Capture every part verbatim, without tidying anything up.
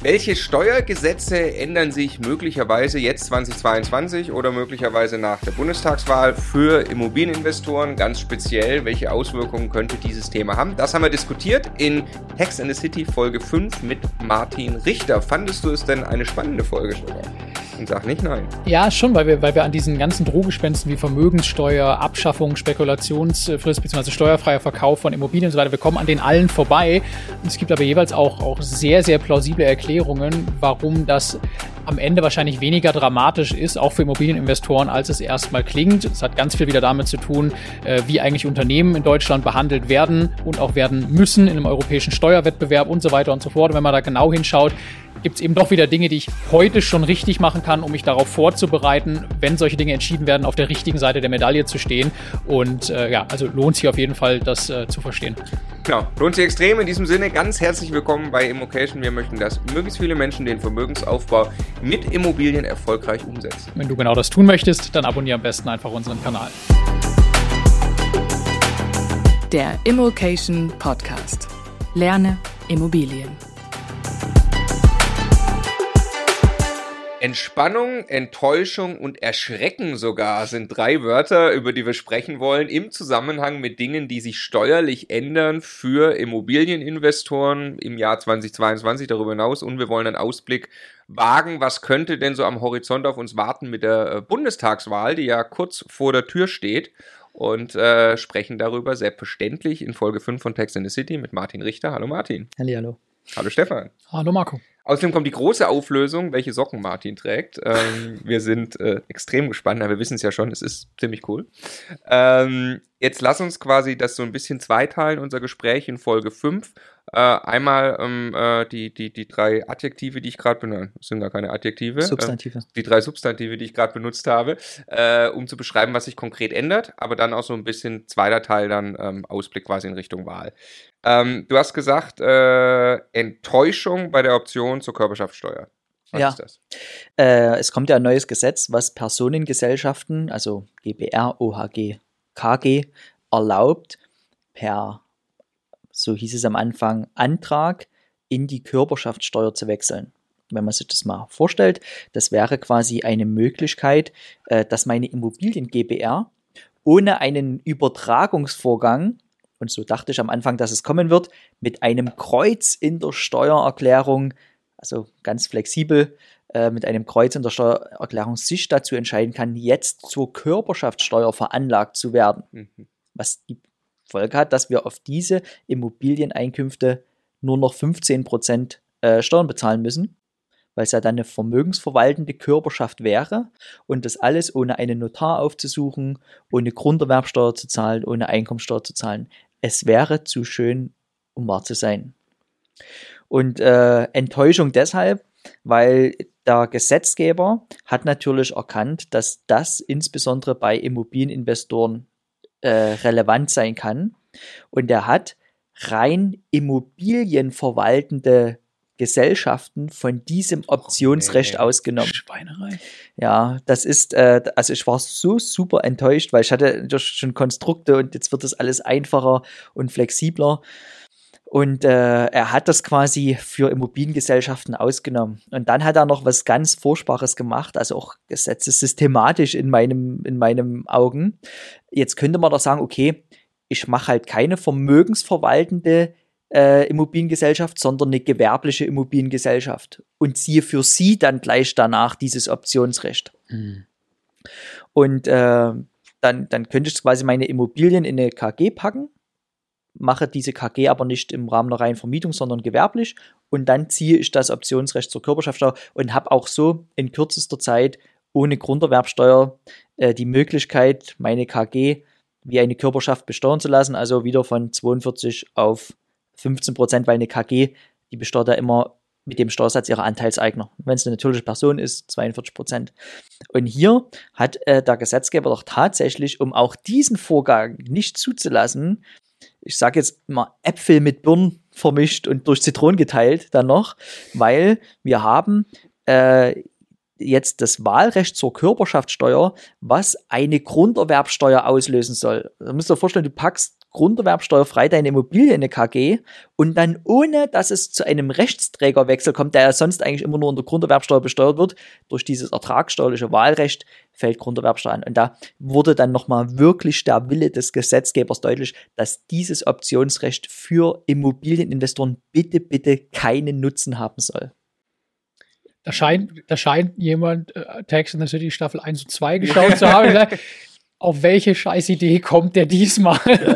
Welche Steuergesetze ändern sich möglicherweise jetzt zweitausendzweiundzwanzig oder möglicherweise nach der Bundestagswahl für Immobilieninvestoren? Ganz speziell, welche Auswirkungen könnte dieses Thema haben? Das haben wir diskutiert in Tax and the City Folge fünf mit Martin Richter. Fandest du es denn eine spannende Folge, Stefan? Und sag nicht nein. Ja, schon, weil wir, weil wir an diesen ganzen Drohgespensten wie Vermögenssteuer, Abschaffung, Spekulationsfrist bzw. steuerfreier Verkauf von Immobilien und so weiter, wir kommen an den allen vorbei. Es gibt aber jeweils auch, auch sehr, sehr plausible Erklärungen, warum das am Ende wahrscheinlich weniger dramatisch ist, auch für Immobilieninvestoren, als es erstmal klingt. Es hat ganz viel wieder damit zu tun, wie eigentlich Unternehmen in Deutschland behandelt werden und auch werden müssen in einem europäischen Steuerwettbewerb und so weiter und so fort. Und wenn man da genau hinschaut, gibt es eben doch wieder Dinge, die ich heute schon richtig machen kann, um mich darauf vorzubereiten, wenn solche Dinge entschieden werden, auf der richtigen Seite der Medaille zu stehen. Und äh, ja, also lohnt sich auf jeden Fall, das äh, zu verstehen. Genau, lohnt sich extrem. In diesem Sinne ganz herzlich willkommen bei Immocation. Wir möchten, dass möglichst viele Menschen den Vermögensaufbau mit Immobilien erfolgreich umsetzen. Wenn du genau das tun möchtest, dann abonniere am besten einfach unseren Kanal. Der Immocation Podcast. Lerne Immobilien. Entspannung, Enttäuschung und Erschrecken sogar sind drei Wörter, über die wir sprechen wollen, im Zusammenhang mit Dingen, die sich steuerlich ändern für Immobilieninvestoren im Jahr zweitausendzweiundzwanzig, darüber hinaus. Und wir wollen einen Ausblick wagen, was könnte denn so am Horizont auf uns warten mit der Bundestagswahl, die ja kurz vor der Tür steht. Und äh, sprechen darüber selbstverständlich in Folge fünf von Tax and the City mit Martin Richter. Hallo Martin. Hallihallo. Hallo Stefan. Hallo Marco. Außerdem kommt die große Auflösung, welche Socken Martin trägt. Ähm, wir sind äh, extrem gespannt, aber wir wissen es ja schon, es ist ziemlich cool. Ähm, jetzt lass uns quasi das so ein bisschen zweiteilen, unser Gespräch in Folge fünf. Äh, einmal ähm, äh, die, die, die drei Adjektive, die ich gerade benutzt habe, das sind gar keine Adjektive. Substantive. Äh, die drei Substantive, die ich gerade benutzt habe, äh, um zu beschreiben, was sich konkret ändert, aber dann auch so ein bisschen zweiter Teil dann ähm, Ausblick quasi in Richtung Wahl. Ähm, du hast gesagt, äh, Enttäuschung bei der Option zur Körperschaftssteuer. Was ja. ist das? Äh, es kommt ja ein neues Gesetz, was Personengesellschaften, also G b R, O H G, K G, erlaubt, per, so hieß es am Anfang, Antrag in die Körperschaftssteuer zu wechseln. Wenn man sich das mal vorstellt, das wäre quasi eine Möglichkeit, äh, dass meine Immobilien G b R ohne einen Übertragungsvorgang, und so dachte ich am Anfang, dass es kommen wird, mit einem Kreuz in der Steuererklärung, also ganz flexibel, äh, mit einem Kreuz in der Steuererklärung sich dazu entscheiden kann, jetzt zur Körperschaftssteuer veranlagt zu werden. Mhm. Was die Folge hat, dass wir auf diese Immobilieneinkünfte nur noch fünfzehn Prozent äh, Steuern bezahlen müssen, weil es ja dann eine vermögensverwaltende Körperschaft wäre und das alles ohne einen Notar aufzusuchen, ohne Grunderwerbsteuer zu zahlen, ohne Einkommensteuer zu zahlen. Es wäre zu schön, um wahr zu sein. Und äh, Enttäuschung deshalb, weil der Gesetzgeber hat natürlich erkannt, dass das insbesondere bei Immobilieninvestoren äh, relevant sein kann. Und er hat rein immobilienverwaltende Gesellschaften von diesem Optionsrecht okay. ausgenommen. Schweinerei. Ja, das ist, äh, also ich war so super enttäuscht, weil ich hatte schon Konstrukte und jetzt wird das alles einfacher und flexibler. Und äh, er hat das quasi für Immobiliengesellschaften ausgenommen. Und dann hat er noch was ganz Furchtbares gemacht, also auch gesetzessystematisch in meinem, in meinem Augen. Jetzt könnte man doch sagen, okay, ich mache halt keine vermögensverwaltende Äh, Immobiliengesellschaft, sondern eine gewerbliche Immobiliengesellschaft und ziehe für sie dann gleich danach dieses Optionsrecht. Mhm. Und äh, dann, dann könnte ich quasi meine Immobilien in eine K G packen, mache diese K G aber nicht im Rahmen der reinen Vermietung, sondern gewerblich und dann ziehe ich das Optionsrecht zur Körperschaftssteuer und habe auch so in kürzester Zeit ohne Grunderwerbsteuer äh, die Möglichkeit, meine K G wie eine Körperschaft besteuern zu lassen, also wieder von zweiundvierzig auf fünfzehn Prozent, weil eine K G, die besteuert ja immer mit dem Steuersatz ihrer Anteilseigner. Wenn es eine natürliche Person ist, zweiundvierzig Prozent. Und hier hat äh, der Gesetzgeber doch tatsächlich, um auch diesen Vorgang nicht zuzulassen, ich sage jetzt mal Äpfel mit Birnen vermischt und durch Zitronen geteilt dann noch, weil wir haben äh, jetzt das Wahlrecht zur Körperschaftssteuer, was eine Grunderwerbsteuer auslösen soll. Da müsst ihr euch vorstellen, du packst grunderwerbsteuerfrei deine Immobilie in eine K G und dann ohne, dass es zu einem Rechtsträgerwechsel kommt, der ja sonst eigentlich immer nur unter Grunderwerbsteuer besteuert wird, durch dieses ertragssteuerliche Wahlrecht fällt Grunderwerbsteuer an. Und da wurde dann nochmal wirklich der Wille des Gesetzgebers deutlich, dass dieses Optionsrecht für Immobilieninvestoren bitte, bitte keinen Nutzen haben soll. Da scheint, da scheint jemand äh, Tax in the City Staffel eins und zwei geschaut zu haben und gesagt, auf welche Scheißidee kommt der diesmal? Ja.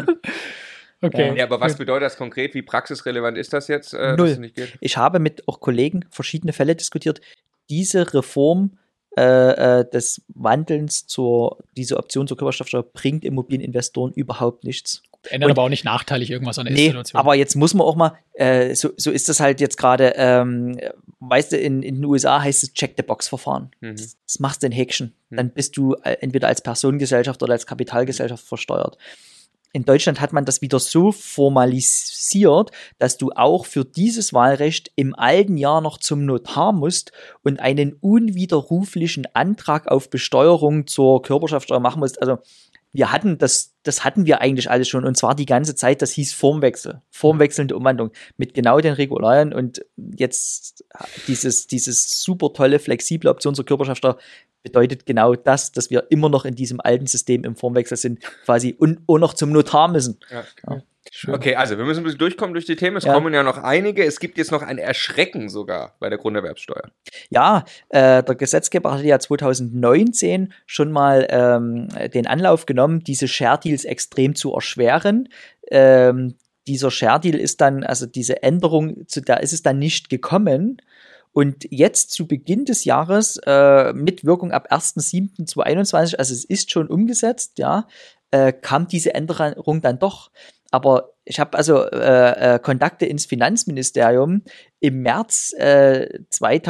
Okay. Ja, aber was bedeutet das konkret? Wie praxisrelevant ist das jetzt? Äh, Null. Dass es nicht geht? Ich habe mit auch Kollegen verschiedene Fälle diskutiert. Diese Reform äh, äh, des Wandelns zur, diese Option zur Körperschaftsteuer bringt Immobilieninvestoren überhaupt nichts. Ändert Und, aber auch nicht nachteilig irgendwas an der nee, Situation. Aber jetzt muss man auch mal, äh, so, so ist das halt jetzt gerade, ähm, weißt du, in, in den U S A heißt es Check-the-Box-Verfahren. Mhm. Das, das machst du in Häkchen. Mhm. Dann bist du entweder als Personengesellschaft oder als Kapitalgesellschaft versteuert. In Deutschland hat man das wieder so formalisiert, dass du auch für dieses Wahlrecht im alten Jahr noch zum Notar musst und einen unwiderruflichen Antrag auf Besteuerung zur Körperschaftsteuer machen musst. Also wir hatten das, das hatten wir eigentlich alles schon, und zwar die ganze Zeit, das hieß Formwechsel, formwechselnde Umwandlung mit genau den Regularien, und jetzt dieses, dieses super tolle, flexible Option zur Körperschaftsteuer bedeutet genau das, dass wir immer noch in diesem alten System im Formwechsel sind, quasi, und auch noch zum Notar müssen. Ja, okay. Ja. Okay, also wir müssen ein bisschen durchkommen durch die Themen. Es ja. kommen ja noch einige. Es gibt jetzt noch ein Erschrecken sogar bei der Grunderwerbsteuer. Ja, äh, der Gesetzgeber hatte ja zwanzig neunzehn schon mal ähm, den Anlauf genommen, diese Share Deals extrem zu erschweren. Ähm, dieser Share Deal ist dann, also diese Änderung, zu der ist es dann nicht gekommen. Und jetzt zu Beginn des Jahres, äh, mit Wirkung ab erster siebter zweitausendeinundzwanzig, also es ist schon umgesetzt, ja, äh, kam diese Änderung dann doch. Aber ich habe also äh, äh, Kontakte ins Finanzministerium. Im März äh,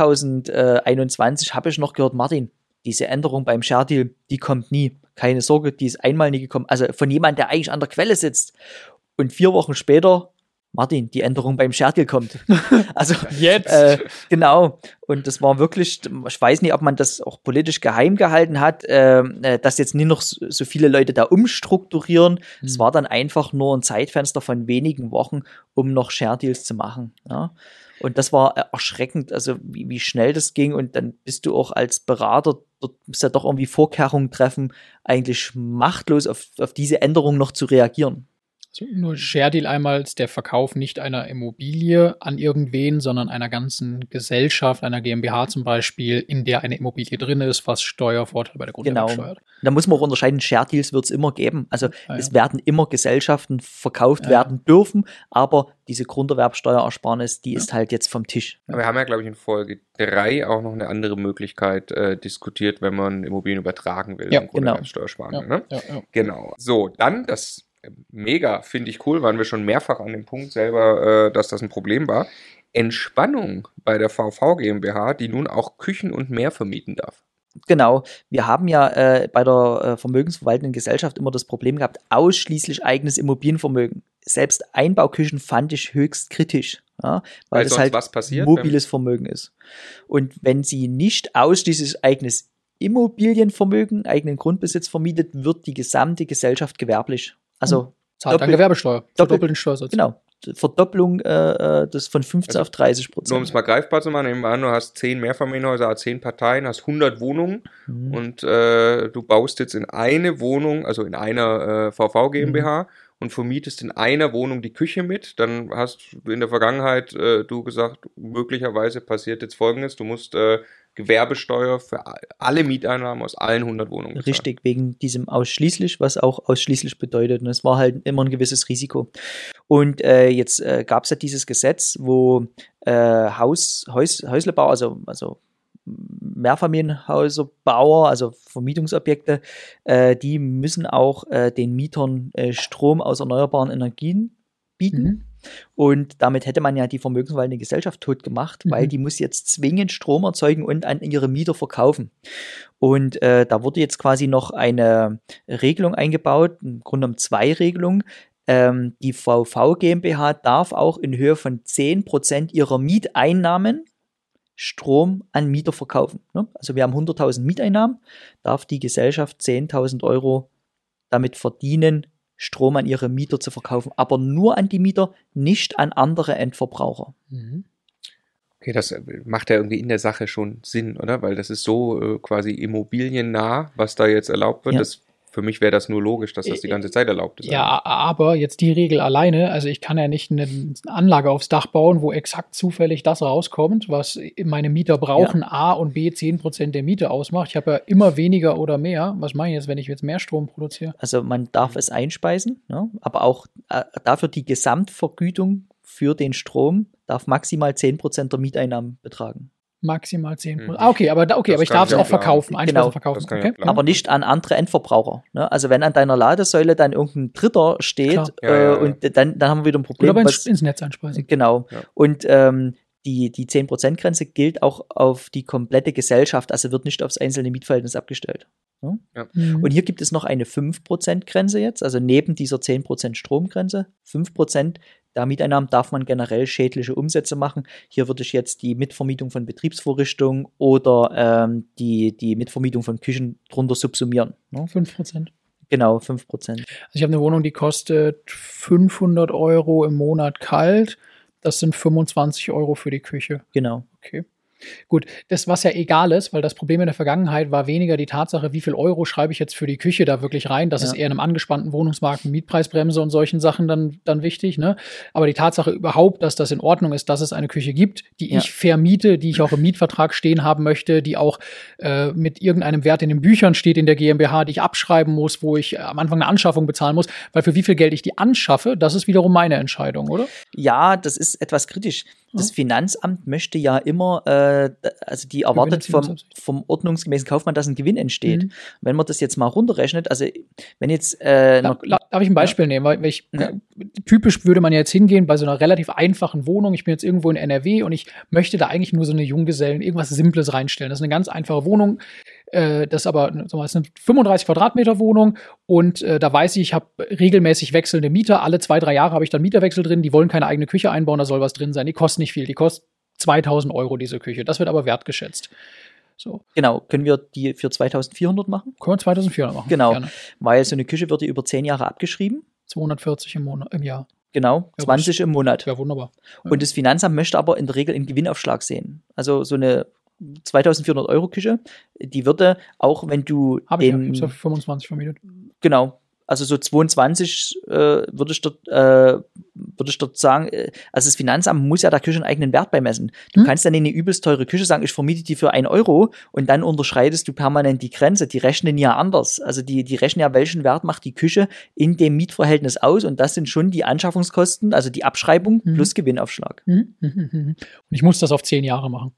zweitausendeinundzwanzig habe ich noch gehört, Martin, diese Änderung beim Share Deal, die kommt nie. Keine Sorge, die ist einmal nie gekommen. Also von jemandem, der eigentlich an der Quelle sitzt. Und vier Wochen später, Martin, die Änderung beim Share Deal kommt. Also jetzt. Äh, genau. Und das war wirklich, ich weiß nicht, ob man das auch politisch geheim gehalten hat, äh, dass jetzt nicht noch so viele Leute da umstrukturieren. Es mhm. war dann einfach nur ein Zeitfenster von wenigen Wochen, um noch Share Deals zu machen. Ja. Und das war erschreckend, also wie, wie schnell das ging. Und dann bist du auch als Berater, dort musst du ja doch irgendwie Vorkehrungen treffen, eigentlich machtlos auf, auf diese Änderung noch zu reagieren. Nur Share Deal einmal ist der Verkauf nicht einer Immobilie an irgendwen, sondern einer ganzen Gesellschaft, einer GmbH zum Beispiel, in der eine Immobilie drin ist, was Steuervorteil bei der Grunderwerbsteuer hat. Genau. Da muss man auch unterscheiden, Share Deals wird es immer geben. Also ah, ja. es werden immer Gesellschaften verkauft ja. werden dürfen, aber diese Grunderwerbsteuerersparnis, die ja. ist halt jetzt vom Tisch. Aber wir haben ja, glaube ich, in Folge drei auch noch eine andere Möglichkeit äh, diskutiert, wenn man Immobilien übertragen will. Ja, genau. Grunderwerbsteuer sparen ja. will. Ne? Ja, ja. Genau. So, dann das mega, finde ich cool, waren wir schon mehrfach an dem Punkt selber, äh, dass das ein Problem war. Entspannung bei der V V GmbH, die nun auch Küchen und mehr vermieten darf. Genau, wir haben ja äh, bei der äh, vermögensverwaltenden Gesellschaft immer das Problem gehabt, ausschließlich eigenes Immobilienvermögen. Selbst Einbauküchen fand ich höchst kritisch, ja, weil, weil das halt was passiert, mobiles Vermögen ist. Und wenn sie nicht ausschließlich eigenes Immobilienvermögen, eigenen Grundbesitz vermietet, wird die gesamte Gesellschaft gewerblich. Also zahlt dann Gewerbesteuer, doppelten Steuersatz. Genau, Verdopplung äh, das von fünfzehn also, auf dreißig Prozent. Nur um es mal greifbar zu machen, nehmen wir an, du hast zehn Mehrfamilienhäuser, zehn Parteien, hast hundert Wohnungen mhm. und äh, du baust jetzt in eine Wohnung, also in einer äh, V V GmbH mhm. und vermietest in einer Wohnung die Küche mit, dann hast du in der Vergangenheit äh, du gesagt, möglicherweise passiert jetzt Folgendes, du musst äh, Gewerbesteuer für alle Mieteinnahmen aus allen hundert Wohnungen bezahlen. Richtig, wegen diesem ausschließlich, was auch ausschließlich bedeutet. Und es war halt immer ein gewisses Risiko. Und äh, jetzt äh, gab es ja dieses Gesetz, wo äh, Haus, Haus, Häuslebauer, also, also Mehrfamilienhäuserbauer, also Vermietungsobjekte, äh, die müssen auch äh, den Mietern äh, Strom aus erneuerbaren Energien bieten. Mhm. Und damit hätte man ja die vermögensverwaltende Gesellschaft tot gemacht, mhm. weil die muss jetzt zwingend Strom erzeugen und an ihre Mieter verkaufen. Und äh, da wurde jetzt quasi noch eine Regelung eingebaut, im Grunde genommen zwei Regelungen. Ähm, die V V GmbH darf auch in Höhe von zehn Prozent ihrer Mieteinnahmen Strom an Mieter verkaufen. Ne? Also wir haben hunderttausend Mieteinnahmen, darf die Gesellschaft zehntausend Euro damit verdienen, Strom an ihre Mieter zu verkaufen, aber nur an die Mieter, nicht an andere Endverbraucher. Mhm. Okay, das macht ja irgendwie in der Sache schon Sinn, oder? Weil das ist so äh, quasi immobiliennah, was da jetzt erlaubt wird. Ja. Das, für mich wäre das nur logisch, dass das die ganze Zeit erlaubt ist. Ja, aber jetzt die Regel alleine, also ich kann ja nicht eine Anlage aufs Dach bauen, wo exakt zufällig das rauskommt, was meine Mieter brauchen, ja. A und B zehn Prozent der Miete ausmacht. Ich habe ja immer weniger oder mehr. Was mache ich jetzt, wenn ich jetzt mehr Strom produziere? Also man darf es einspeisen, ne? Aber auch äh, dafür die Gesamtvergütung für den Strom darf maximal zehn Prozent der Mieteinnahmen betragen. Maximal zehn Prozent. Ah, okay, aber, da, okay, aber ich darf es ja auch verkaufen. Genau. verkaufen. Okay. Ja aber nicht an andere Endverbraucher. Ne? Also wenn an deiner Ladesäule dann irgendein Dritter steht ja, ja, ja. Äh, und dann, dann haben wir wieder ein Problem. Oder aber was, ins Netz einspeisen. Genau. Ja. Und ähm, die, die zehn Prozent Grenze gilt auch auf die komplette Gesellschaft, also wird nicht aufs einzelne Mietverhältnis abgestellt. Ne? Ja. Mhm. Und hier gibt es noch eine fünf Prozent Grenze jetzt, also neben dieser zehn Prozent Stromgrenze, fünf Prozent der Mieteinnahmen darf man generell schädliche Umsätze machen. Hier würde ich jetzt die Mitvermietung von Betriebsvorrichtungen oder ähm, die, die Mitvermietung von Küchen drunter subsumieren. Ne? fünf Prozent. Genau, fünf Prozent. Also ich habe eine Wohnung, die kostet fünfhundert Euro im Monat kalt. Das sind fünfundzwanzig Euro für die Küche. Genau. Okay. Gut, das was ja egal ist, weil das Problem in der Vergangenheit war weniger die Tatsache, wie viel Euro schreibe ich jetzt für die Küche da wirklich rein. Das Ja. ist eher in einem angespannten Wohnungsmarkt, eine Mietpreisbremse und solchen Sachen dann, dann wichtig. Ne? Aber die Tatsache überhaupt, dass das in Ordnung ist, dass es eine Küche gibt, die Ja. ich vermiete, die ich auch im Mietvertrag stehen haben möchte, die auch äh, mit irgendeinem Wert in den Büchern steht in der GmbH, die ich abschreiben muss, wo ich am Anfang eine Anschaffung bezahlen muss. Weil für wie viel Geld ich die anschaffe, das ist wiederum meine Entscheidung, oder? Ja, das ist etwas kritisch. Das Finanzamt möchte ja immer, äh, also die erwartet vom, vom ordnungsgemäßen Kaufmann, dass ein Gewinn entsteht. Mhm. Wenn man das jetzt mal runterrechnet, also wenn jetzt äh, Darf, noch, darf ich ein Beispiel ja. nehmen? Weil ich, Ja. typisch würde man ja jetzt hingehen bei so einer relativ einfachen Wohnung. Ich bin jetzt irgendwo in N R W und ich möchte da eigentlich nur so eine Junggesellen, irgendwas Simples reinstellen. Das ist eine ganz einfache Wohnung. Äh, das ist aber das ist eine fünfunddreißig Quadratmeter Wohnung und äh, da weiß ich, ich habe regelmäßig wechselnde Mieter. Alle zwei, drei Jahre habe ich dann Mieterwechsel drin. Die wollen keine eigene Küche einbauen, da soll was drin sein. Die kostet nicht viel. Die kostet zweitausend Euro, diese Küche. Das wird aber wertgeschätzt. So. genau, können wir die für zweitausendvierhundert machen? Können wir zweitausendvierhundert machen. Genau, Gerne. weil so eine Küche wird ja über zehn Jahre abgeschrieben. zweihundertvierzig im Monat, im Jahr. Genau, Ja, zwanzig im Monat. Ja, wunderbar. Ja. Und das Finanzamt möchte aber in der Regel einen Gewinnaufschlag sehen. Also so eine zweitausendvierhundert Euro Küche, die würde, auch wenn du Habe ich ja, den, ich habe fünfundzwanzig vermietet. genau, also so zweiundzwanzig äh, würde ich dort, äh, würde ich dort sagen, äh, also das Finanzamt muss ja der Küche einen eigenen Wert beimessen. Du Hm. kannst dann in eine übelst teure Küche sagen, ich vermiete die für ein Euro und dann unterschreitest du permanent die Grenze. Die rechnen ja anders. Also die, die rechnen ja, welchen Wert macht die Küche in dem Mietverhältnis aus und das sind schon die Anschaffungskosten, also die Abschreibung Mhm. plus Gewinnaufschlag. Mhm, mhm, mhm. Und ich muss das auf zehn Jahre machen.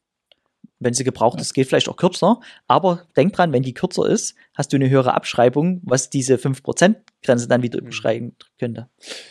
Wenn sie gebraucht ist, geht vielleicht auch kürzer. Aber denk dran, wenn die kürzer ist, hast du eine höhere Abschreibung, was diese fünf Prozent Grenze dann wieder überschreiten könnte.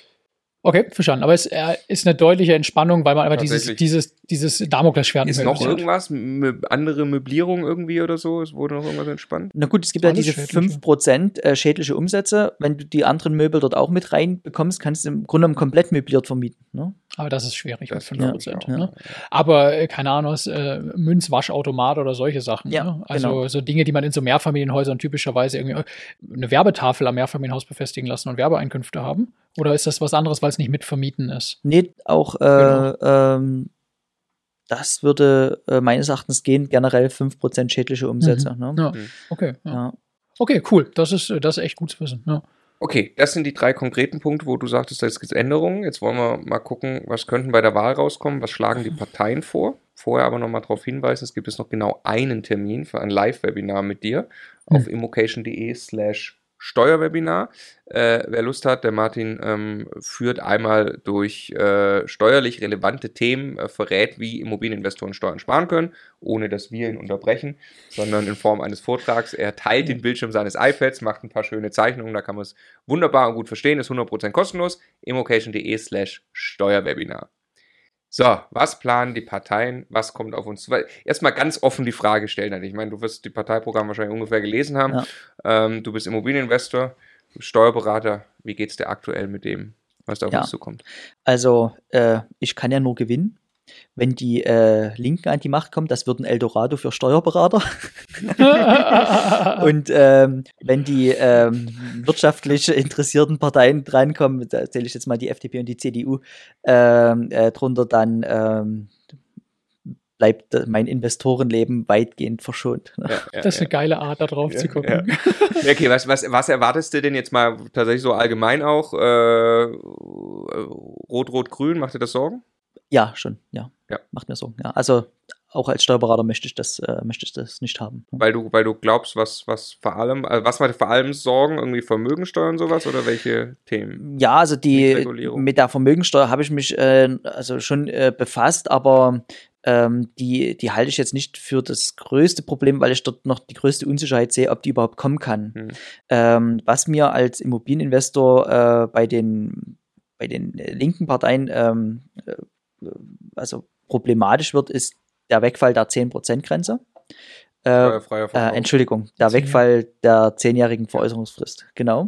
Okay, verstanden. Aber es äh, ist eine deutliche Entspannung, weil man einfach dieses, Tatsächlich. dieses, dieses Damoklesschwert Ist nicht noch mehr hat. irgendwas? Mö andere Möblierung irgendwie oder so? Es wurde noch irgendwas entspannt? Na gut, es gibt ja Alles diese schädliche. fünf Prozent äh, schädliche Umsätze. Wenn du die anderen Möbel dort auch mit reinbekommst, kannst du im Grunde genommen komplett möbliert vermieten. Ne? Aber das ist schwierig mit Das fünf Prozent. ja, Ne? Aber äh, keine Ahnung, was, äh, Münzwaschautomat oder solche Sachen. Ja, ne? Also genau. so Dinge, die man in so Mehrfamilienhäusern typischerweise irgendwie äh, eine Werbetafel am Mehrfamilienhaus befestigen lassen und Werbeeinkünfte haben. Oder ist das was anderes, weil es nicht mit vermieten ist? Nee, auch äh, Genau. ähm, das würde äh, meines Erachtens gehen, generell fünf Prozent schädliche Umsätze. Ne? Ja, Mhm. okay. Ja. Ja. Okay, cool. Das ist, äh, das ist echt gut zu wissen. Ja. Okay, das sind die drei konkreten Punkte, wo du sagtest, da gibt es Änderungen. Jetzt wollen wir mal gucken, was könnten bei der Wahl rauskommen, was schlagen die Parteien vor. Vorher aber nochmal darauf hinweisen, es gibt jetzt noch genau einen Termin für ein Live-Webinar mit dir auf Hm. immocation.de slash Steuerwebinar. Äh, wer Lust hat, der Martin ähm, führt einmal durch äh, steuerlich relevante Themen, äh, verrät, wie Immobilieninvestoren Steuern sparen können, ohne dass wir ihn unterbrechen, sondern in Form eines Vortrags. Er teilt den Bildschirm seines iPads, macht ein paar schöne Zeichnungen, da kann man es wunderbar und gut verstehen, ist hundert Prozent kostenlos. immocation.de slash Steuerwebinar. So, was planen die Parteien? Was kommt auf uns zu? Weil erstmal ganz offen die Frage stellen. Ich meine, du wirst die Parteiprogramme wahrscheinlich ungefähr gelesen haben. Ja. Ähm, du bist Immobilieninvestor, du bist Steuerberater. Wie geht es dir aktuell mit dem, was da auf Ja. uns zukommt? Also, äh, ich kann ja nur gewinnen. wenn die äh, Linken an die Macht kommen, das wird ein Eldorado für Steuerberater. Und ähm, wenn die ähm, wirtschaftlich interessierten Parteien drankommen, da zähle ich jetzt mal die F D P und die C D U ähm, äh, drunter, dann ähm, bleibt mein Investorenleben weitgehend verschont. Ja, ja, das ist eine ja. geile Art, da drauf Ja, zu gucken. ja. Okay, was, was, was erwartest du denn jetzt mal tatsächlich so allgemein auch? Äh, Rot-Rot-Grün, macht dir das Sorgen? Ja, schon, ja. Ja. Macht mir Sorgen. Ja. Also auch als Steuerberater möchte ich das, äh, möchte ich das nicht haben. Weil du, weil du glaubst, was, was vor allem, also was macht vor allem Sorgen? Irgendwie Vermögensteuer und sowas oder welche Themen? Ja, also die Mietregulierung? mit der Vermögensteuer habe ich mich äh, also schon äh, befasst, aber ähm, die, die halte ich jetzt nicht für das größte Problem, weil ich dort noch die größte Unsicherheit sehe, ob die überhaupt kommen kann. Hm. Ähm, was mir als Immobilieninvestor äh, bei den bei den linken Parteien ähm, äh, also problematisch wird, ist der Wegfall der zehn Prozent Grenze. Äh, äh, Entschuldigung, der Wegfall der zehnjährigen Veräußerungsfrist. Genau.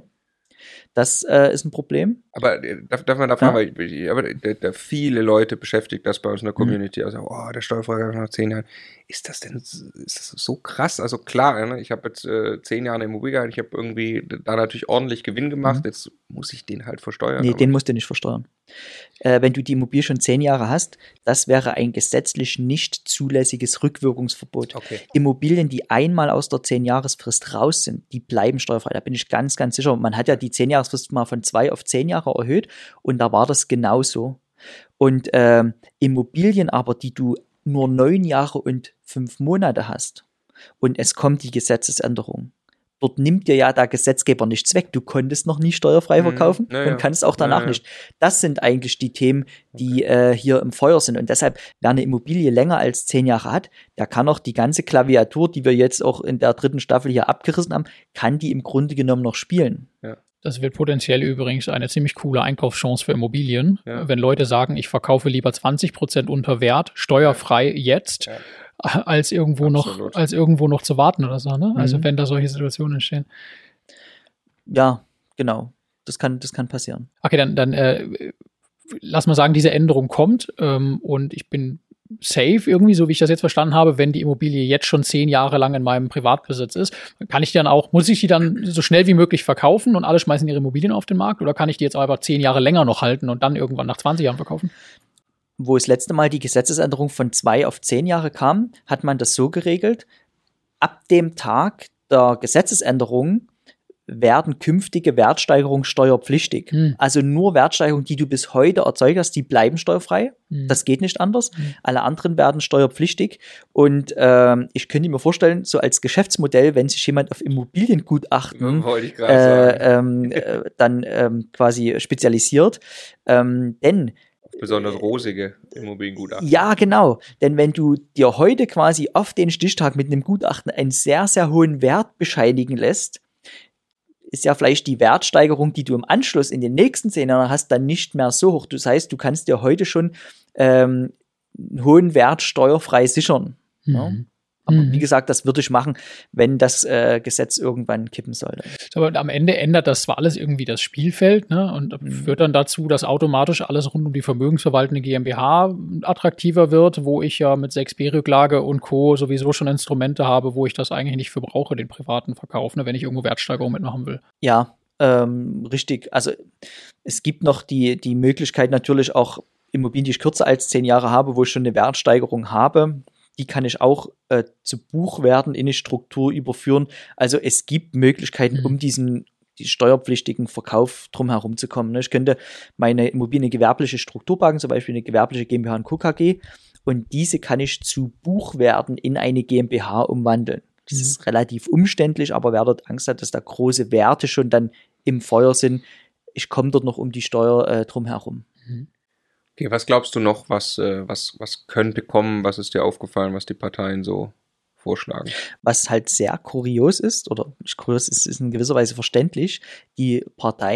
Das äh, ist ein Problem. Aber darf, darf man da fragen, ja. weil aber da, da viele Leute beschäftigt das bei uns in der Community. Mhm. Also, oh, der Steuerfreigang nach zehn Jahren. Ist das denn ist das so krass? Also klar, ne? Ich habe jetzt äh, zehn Jahre eine Immobilie gehabt, ich habe irgendwie da natürlich ordentlich Gewinn gemacht. Mhm. Jetzt muss ich den halt versteuern. Nee, den musst du nicht versteuern. Äh, wenn du die Immobilie schon zehn Jahre hast, das wäre ein gesetzlich nicht zulässiges Rückwirkungsverbot. Okay. Immobilien, die einmal aus der zehn-Jahresfrist raus sind, die bleiben steuerfrei. Da bin ich ganz, ganz sicher. Man hat ja die zehn-Jahresfrist mal von zwei auf zehn Jahre erhöht und da war das genauso. Und ähm, Immobilien aber, die du nur neun Jahre und fünf Monate hast und es kommt die Gesetzesänderung, dort nimmt dir ja der Gesetzgeber nichts weg. Du konntest noch nie steuerfrei verkaufen ja, ja. und kannst auch danach ja, ja. nicht. Das sind eigentlich die Themen, die okay. äh, hier im Feuer sind. Und deshalb, wer eine Immobilie länger als zehn Jahre hat, der kann auch die ganze Klaviatur, die wir jetzt auch in der dritten Staffel hier abgerissen haben, kann die im Grunde genommen noch spielen. Ja. Das wird potenziell übrigens eine ziemlich coole Einkaufschance für Immobilien. Ja. Wenn Leute sagen, ich verkaufe lieber zwanzig Prozent unter Wert, steuerfrei jetzt, ja. als irgendwo Absolut. noch als irgendwo noch zu warten oder so. Ne? Mhm. Also wenn da solche Situationen entstehen. Ja, genau. Das kann, das kann passieren. Okay, dann, dann äh, lass mal sagen, diese Änderung kommt ähm, und ich bin safe irgendwie, so wie ich das jetzt verstanden habe, wenn die Immobilie jetzt schon zehn Jahre lang in meinem Privatbesitz ist, kann ich die dann auch, muss ich die dann so schnell wie möglich verkaufen und alle schmeißen ihre Immobilien auf den Markt oder kann ich die jetzt einfach zehn Jahre länger noch halten und dann irgendwann nach zwanzig Jahren verkaufen? Wo das letzte Mal die Gesetzesänderung von zwei auf zehn Jahre kam, hat man das so geregelt, ab dem Tag der Gesetzesänderung werden künftige Wertsteigerungen steuerpflichtig. Hm. Also nur Wertsteigerungen, die du bis heute erzeugt hast, die bleiben steuerfrei. Hm. Das geht nicht anders. Hm. Alle anderen werden steuerpflichtig. Und ähm, ich könnte mir vorstellen, so als Geschäftsmodell, wenn sich jemand auf Immobiliengutachten äh, ähm, äh, dann ähm, quasi spezialisiert, ähm, denn besonders rosige Immobiliengutachten. Ja, genau. Denn wenn du dir heute quasi auf den Stichtag mit einem Gutachten einen sehr, sehr hohen Wert bescheinigen lässt, ist ja vielleicht die Wertsteigerung, die du im Anschluss in den nächsten zehn Jahren hast, dann nicht mehr so hoch. Das heißt, du kannst dir heute schon ähm, einen hohen Wert steuerfrei sichern. Mhm. Ja? Aber mhm. wie gesagt, das würde ich machen, wenn das äh, Gesetz irgendwann kippen sollte. Aber am Ende ändert das zwar alles irgendwie das Spielfeld, ne? Und mhm. führt dann dazu, dass automatisch alles rund um die vermögensverwaltende GmbH attraktiver wird, wo ich ja mit sechs B-Rücklage und Co. sowieso schon Instrumente habe, wo ich das eigentlich nicht für brauche, den privaten Verkauf, ne? Wenn ich irgendwo Wertsteigerung mitmachen will. Ja, ähm, richtig. Also es gibt noch die, die Möglichkeit natürlich auch Immobilien, die ich kürzer als zehn Jahre habe, wo ich schon eine Wertsteigerung habe. Die kann ich auch äh, zu Buchwerten in die Struktur überführen. Also es gibt Möglichkeiten, mhm. um diesen die steuerpflichtigen Verkauf drumherum zu kommen. Ich könnte meine Immobilie in eine gewerbliche Struktur packen, zum Beispiel eine gewerbliche GmbH und Co. K G, und diese kann ich zu Buchwerten in eine GmbH umwandeln. Das mhm. ist relativ umständlich, aber wer dort Angst hat, dass da große Werte schon dann im Feuer sind, ich komme dort noch um die Steuer äh, drumherum. Mhm. Okay, was glaubst du noch, was, äh, was, was könnte kommen? Was ist dir aufgefallen, was die Parteien so vorschlagen? Was halt sehr kurios ist, oder nicht kurios ist, ist in gewisser Weise verständlich, die Parteien,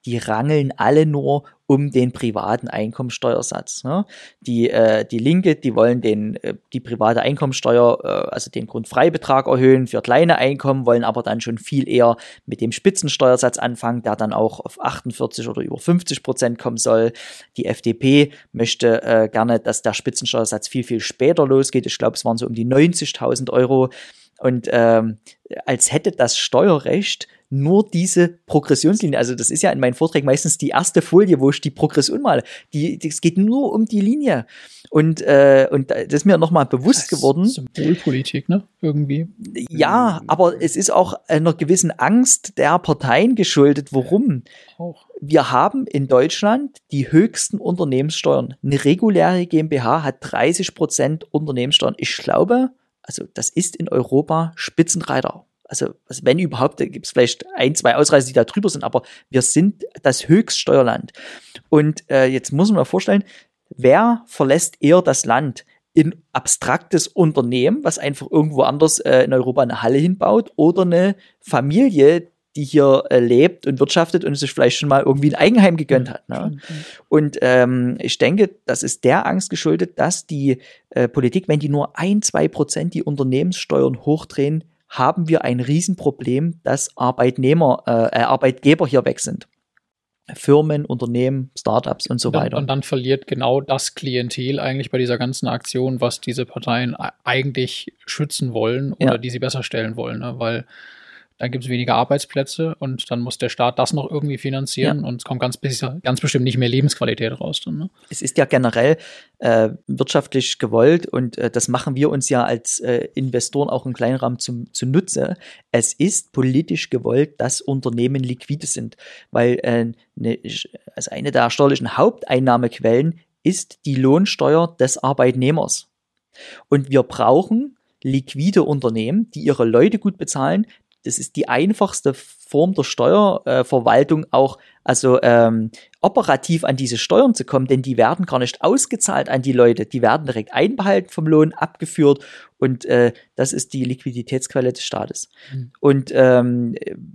die rangeln alle nur um den privaten Einkommensteuersatz. Ne? Die, äh, die Linke, die wollen den, äh, die private Einkommensteuer, äh, also den Grundfreibetrag erhöhen für kleine Einkommen, wollen aber dann schon viel eher mit dem Spitzensteuersatz anfangen, der dann auch auf achtundvierzig oder über fünfzig Prozent kommen soll. Die F D P möchte äh, gerne, dass der Spitzensteuersatz viel, viel später losgeht. Ich glaube, es waren so um die neunzigtausend Euro. Und ähm, als hätte das Steuerrecht nur diese Progressionslinie, also das ist ja in meinen Vorträgen meistens die erste Folie, wo ich die Progression male. Die, es geht nur um die Linie. Und, äh, und das ist mir nochmal bewusst das geworden. Ist Symbolpolitik, ne? Irgendwie. Ja, aber es ist auch einer gewissen Angst der Parteien geschuldet. Warum? Auch. Wir haben in Deutschland die höchsten Unternehmenssteuern. Eine reguläre GmbH hat dreißig Prozent Unternehmenssteuern. Ich glaube, also das ist in Europa Spitzenreiter. Also, also wenn überhaupt, da gibt es vielleicht ein, zwei Ausreißer, die da drüber sind, aber wir sind das Höchststeuerland. Und äh, jetzt muss man mal vorstellen, wer verlässt eher das Land? In abstraktes Unternehmen, was einfach irgendwo anders äh, in Europa eine Halle hinbaut, oder eine Familie, die hier äh, lebt und wirtschaftet und sich vielleicht schon mal irgendwie ein Eigenheim gegönnt hat. Ne? Und ähm, ich denke, das ist der Angst geschuldet, dass die äh, Politik, wenn die nur ein, zwei Prozent die Unternehmenssteuern hochdrehen, haben wir ein Riesenproblem, dass Arbeitnehmer, äh, Arbeitgeber hier weg sind. Firmen, Unternehmen, Startups und so dann, weiter. Und dann verliert genau das Klientel eigentlich bei dieser ganzen Aktion, was diese Parteien eigentlich schützen wollen oder Ja. die sie besser stellen wollen, ne? Weil dann gibt es weniger Arbeitsplätze und dann muss der Staat das noch irgendwie finanzieren Ja. und es kommt ganz, ganz bestimmt nicht mehr Lebensqualität raus. Dann, ne? Es ist ja generell äh, wirtschaftlich gewollt und äh, das machen wir uns ja als äh, Investoren auch im kleinen Rahmen zum, zunutze. Es ist politisch gewollt, dass Unternehmen liquide sind, weil äh, ne, also eine der steuerlichen Haupteinnahmequellen ist die Lohnsteuer des Arbeitnehmers. Und wir brauchen liquide Unternehmen, die ihre Leute gut bezahlen. Das ist die einfachste Form der Steuerverwaltung, äh, auch also ähm, operativ an diese Steuern zu kommen, denn die werden gar nicht ausgezahlt an die Leute, die werden direkt einbehalten vom Lohn, abgeführt und äh, das ist die Liquiditätsquelle des Staates. Mhm. Und ähm,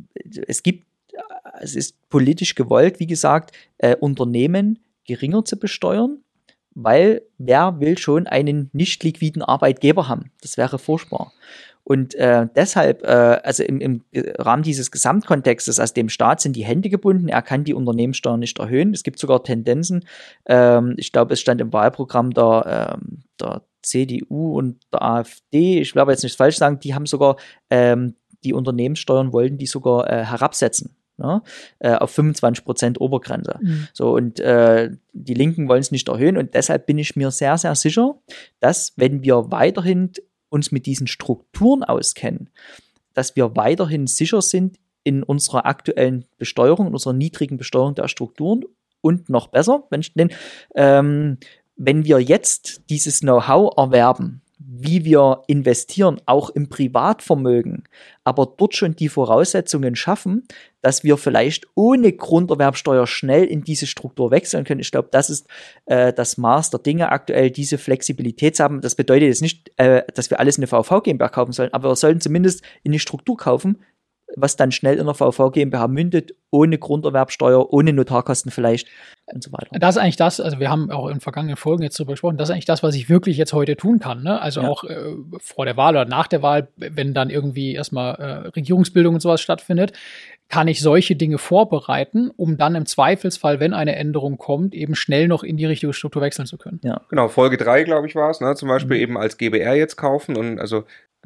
es gibt, es ist politisch gewollt, wie gesagt, äh, Unternehmen geringer zu besteuern, weil wer will schon einen nicht liquiden Arbeitgeber haben? Das wäre furchtbar. Und äh, deshalb, äh, also im, im Rahmen dieses Gesamtkontextes, also dem Staat sind die Hände gebunden, er kann die Unternehmenssteuer nicht erhöhen. Es gibt sogar Tendenzen, ähm, ich glaube, es stand im Wahlprogramm der, ähm, der C D U und der AfD, ich will aber jetzt nichts falsch sagen, die haben sogar ähm, die Unternehmenssteuern, wollten die sogar äh, herabsetzen. Ja, äh, auf fünfundzwanzig Prozent Obergrenze. Mhm. So, und äh, die Linken wollen es nicht erhöhen und deshalb bin ich mir sehr, sehr sicher, dass wenn wir weiterhin uns mit diesen Strukturen auskennen, dass wir weiterhin sicher sind in unserer aktuellen Besteuerung, in unserer niedrigen Besteuerung der Strukturen und noch besser, wenn, ich, denn, ähm, wenn wir jetzt dieses Know-how erwerben, wie wir investieren, auch im Privatvermögen, aber dort schon die Voraussetzungen schaffen, dass wir vielleicht ohne Grunderwerbsteuer schnell in diese Struktur wechseln können. Ich glaube, das ist äh, das Maß der Dinge aktuell, diese Flexibilität zu haben. Das bedeutet jetzt nicht, äh, dass wir alles in eine V V GmbH kaufen sollen, aber wir sollten zumindest in die Struktur kaufen, was dann schnell in der V V GmbH mündet, ohne Grunderwerbsteuer, ohne Notarkosten vielleicht und so weiter. Das ist eigentlich das, also wir haben auch in vergangenen Folgen jetzt darüber gesprochen, das ist eigentlich das, was ich wirklich jetzt heute tun kann. Ne? Also ja. auch äh, vor der Wahl oder nach der Wahl, wenn dann irgendwie erstmal äh, Regierungsbildung und sowas stattfindet, kann ich solche Dinge vorbereiten, um dann im Zweifelsfall, wenn eine Änderung kommt, eben schnell noch in die richtige Struktur wechseln zu können. Ja. Genau, Folge drei, glaube ich, war es, ne? Zum Beispiel mhm. eben als G B R jetzt kaufen und also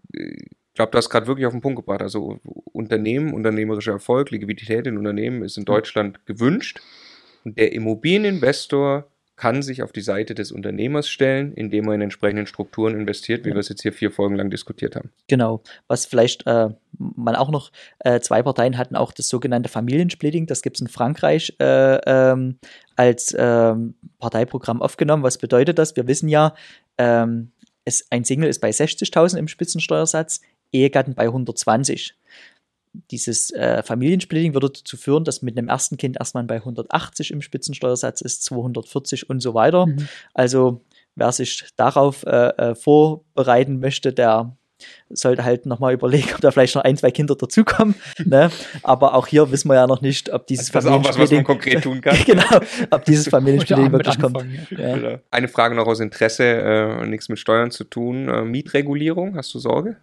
ich glaube, du hast gerade wirklich auf den Punkt gebracht. Also Unternehmen, unternehmerischer Erfolg, Liquidität in Unternehmen ist in Deutschland gewünscht. Und der Immobilieninvestor kann sich auf die Seite des Unternehmers stellen, indem er in entsprechenden Strukturen investiert, wie ja. wir es jetzt hier vier Folgen lang diskutiert haben. Genau. Was vielleicht äh, man auch noch, äh, zwei Parteien hatten auch das sogenannte Familiensplitting, das gibt es in Frankreich äh, ähm, als ähm, Parteiprogramm aufgenommen. Was bedeutet das? Wir wissen ja, ähm, es, ein Single ist bei sechzigtausend im Spitzensteuersatz, Ehegatten bei hundertzwanzig. Dieses äh, Familiensplitting würde dazu führen, dass mit einem ersten Kind erstmal bei hundertachtzig im Spitzensteuersatz ist, zweihundertvierzig und so weiter. Mhm. Also wer sich darauf äh, vorbereiten möchte, der sollte halt nochmal überlegen, ob da vielleicht noch ein, zwei Kinder dazukommen. Ne? Aber auch hier wissen wir ja noch nicht, ob dieses das ist auch was, was man konkret tun kann. Genau, ob dieses Familiensplitting wirklich kommt. Ja. Ja. Eine Frage noch aus Interesse, äh, nichts mit Steuern zu tun. Äh, Mietregulierung, hast du Sorge?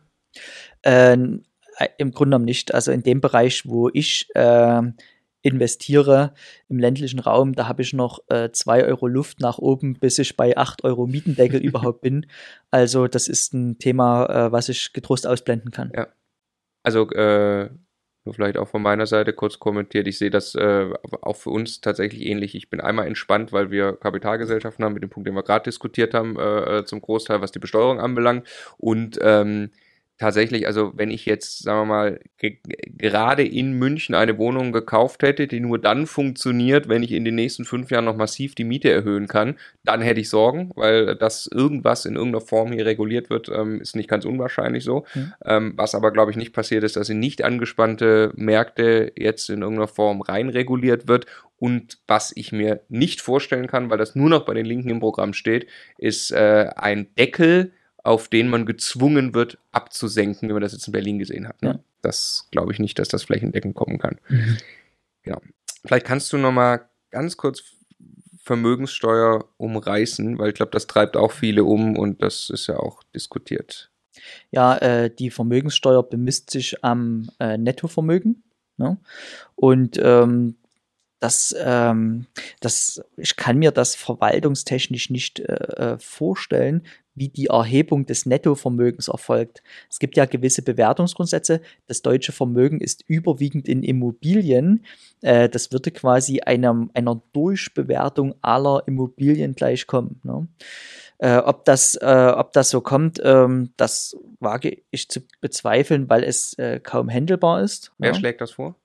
Äh, Im Grunde genommen nicht. Also in dem Bereich, wo ich äh, investiere, im ländlichen Raum, da habe ich noch äh, zwei Euro Luft nach oben, bis ich bei acht Euro Mietendeckel überhaupt bin. Also das ist ein Thema, äh, was ich getrost ausblenden kann. Ja. Also äh, nur vielleicht auch von meiner Seite kurz kommentiert, ich sehe das äh, auch für uns tatsächlich ähnlich. Ich bin einmal entspannt, weil wir Kapitalgesellschaften haben, mit dem Punkt, den wir gerade diskutiert haben, äh, zum Großteil, was die Besteuerung anbelangt. Und ähm, tatsächlich, also wenn ich jetzt, sagen wir mal, ge- gerade in München eine Wohnung gekauft hätte, die nur dann funktioniert, wenn ich in den nächsten fünf Jahren noch massiv die Miete erhöhen kann, dann hätte ich Sorgen, weil dass irgendwas in irgendeiner Form hier reguliert wird, ähm, ist nicht ganz unwahrscheinlich so. Mhm. Ähm, was aber, glaube ich, nicht passiert ist, dass in nicht angespannte Märkte jetzt in irgendeiner Form rein reguliert wird. Und was ich mir nicht vorstellen kann, weil das nur noch bei den Linken im Programm steht, ist äh, ein Deckel, auf den man gezwungen wird, abzusenken, wie man das jetzt in Berlin gesehen hat. Ne? Ja. Das glaube ich nicht, dass das flächendeckend kommen kann. Mhm. Genau. Vielleicht kannst du noch mal ganz kurz Vermögenssteuer umreißen, weil ich glaube, das treibt auch viele um und das ist ja auch diskutiert. Ja, äh, die Vermögenssteuer bemisst sich am äh, Nettovermögen. Ne? Und ähm, Das, ähm, das, ich kann mir das verwaltungstechnisch nicht äh, vorstellen, wie die Erhebung des Nettovermögens erfolgt. Es gibt ja gewisse Bewertungsgrundsätze. Das deutsche Vermögen ist überwiegend in Immobilien. Äh, das würde quasi einer, einer Durchbewertung aller Immobilien gleichkommen. Ne? Äh, ob das, äh, ob das so kommt, ähm, das wage ich zu bezweifeln, weil es äh, kaum handelbar ist. Wer ja? schlägt das vor?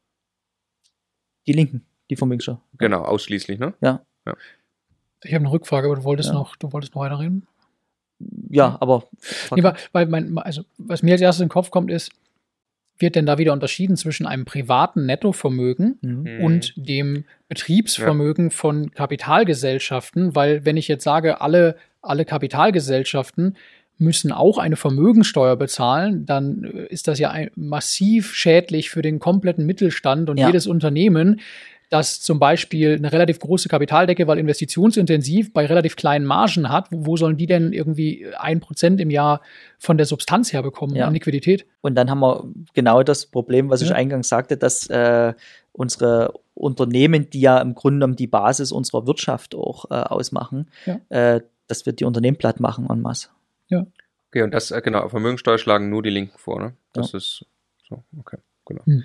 Die Linken. Die Vermögenssteuer. Genau, ausschließlich, ne? Ja. ja. Ich habe eine Rückfrage, aber du wolltest ja. noch, du wolltest noch weiterreden? Ja, aber. Nee, weil mein, also, was mir als erstes in den Kopf kommt, ist, wird denn da wieder unterschieden zwischen einem privaten Nettovermögen mhm. und dem Betriebsvermögen ja. von Kapitalgesellschaften? Weil, wenn ich jetzt sage, alle, alle Kapitalgesellschaften müssen auch eine Vermögensteuer bezahlen, dann ist das ja ein, massiv schädlich für den kompletten Mittelstand und ja. jedes Unternehmen, das zum Beispiel eine relativ große Kapitaldecke, weil investitionsintensiv bei relativ kleinen Margen hat. Wo, wo sollen die denn irgendwie ein Prozent im Jahr von der Substanz herbekommen ja. an Liquidität? Und dann haben wir genau das Problem, was ja. ich eingangs sagte, dass äh, unsere Unternehmen, die ja im Grunde genommen die Basis unserer Wirtschaft auch äh, ausmachen, ja. äh, dass wir die Unternehmen platt machen en masse. Ja. Okay, und das, genau, Vermögenssteuer schlagen nur die Linken vor, ne? Das ja. ist so, okay, genau. Hm.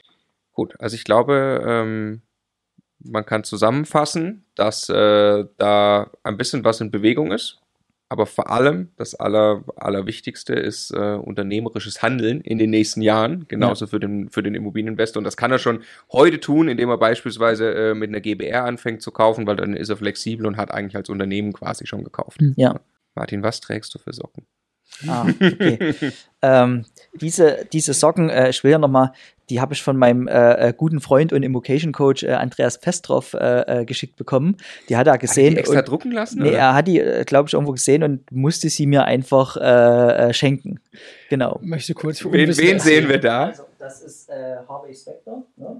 Gut, also ich glaube, ähm, man kann zusammenfassen, dass äh, da ein bisschen was in Bewegung ist, aber vor allem das Aller, Allerwichtigste ist äh, unternehmerisches Handeln in den nächsten Jahren, genauso ja. für den, für den Immobilieninvestor. Und das kann er schon heute tun, indem er beispielsweise äh, mit einer G b R anfängt zu kaufen, weil dann ist er flexibel und hat eigentlich als Unternehmen quasi schon gekauft. Ja. Martin, was trägst du für Socken? Ah, okay. ähm, diese, diese Socken, äh, ich will ja nochmal, die habe ich von meinem äh, guten Freund und Immocation-Coach äh, Andreas Pestroff äh, äh, geschickt bekommen. Die hat er gesehen. Hat er die extra und, drucken lassen? Nee, oder? Er hat die, äh, glaube ich, irgendwo gesehen und musste sie mir einfach äh, äh, schenken. Genau. Möchtest du kurz für Wen, wen sehen wir da? Also, das ist äh, Harvey Specter, ne?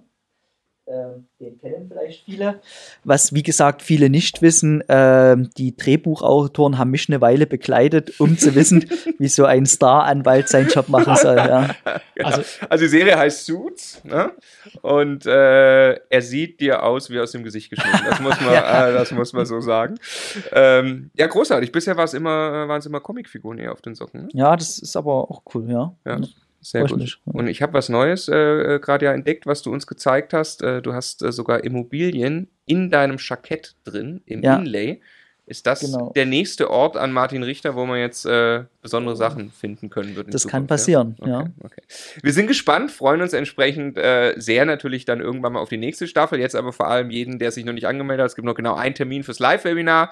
Ähm, den kennen vielleicht viele. Was, wie gesagt, viele nicht wissen, ähm, die Drehbuchautoren haben mich eine Weile begleitet, um zu wissen, wie so ein Star-Anwalt seinen Job machen soll. Ja. Genau. Also, also die Serie heißt Suits, ne? Und äh, er sieht dir aus wie aus dem Gesicht geschnitten. Das muss man, ja. äh, das muss man so sagen. Ähm, ja, großartig. Bisher war es immer, waren es immer Comicfiguren eher auf den Socken. Ne? Ja, das ist aber auch cool, ja. Ja. Sehr gut. Nicht. Und ich habe was Neues äh, gerade ja entdeckt, was du uns gezeigt hast. Äh, du hast äh, sogar Immobilien in deinem Jackett drin, im ja. Inlay. Ist das genau. der nächste Ort an Martin Richter, wo man jetzt äh, besondere Sachen finden können wird? Das Zukunft, kann passieren, ja. Okay, ja. Okay. Wir sind gespannt, freuen uns entsprechend äh, sehr natürlich dann irgendwann mal auf die nächste Staffel. Jetzt aber vor allem jeden, der sich noch nicht angemeldet hat. Es gibt noch genau einen Termin fürs Live-Webinar.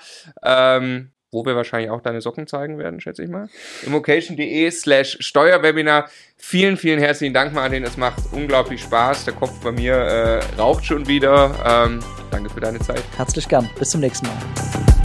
Ähm, wo wir wahrscheinlich auch deine Socken zeigen werden, schätze ich mal. immocation.de slash Steuerwebinar. Vielen, vielen herzlichen Dank, Martin. Es macht unglaublich Spaß. Der Kopf bei mir äh, raucht schon wieder. Ähm, danke für deine Zeit. Herzlich gern. Bis zum nächsten Mal.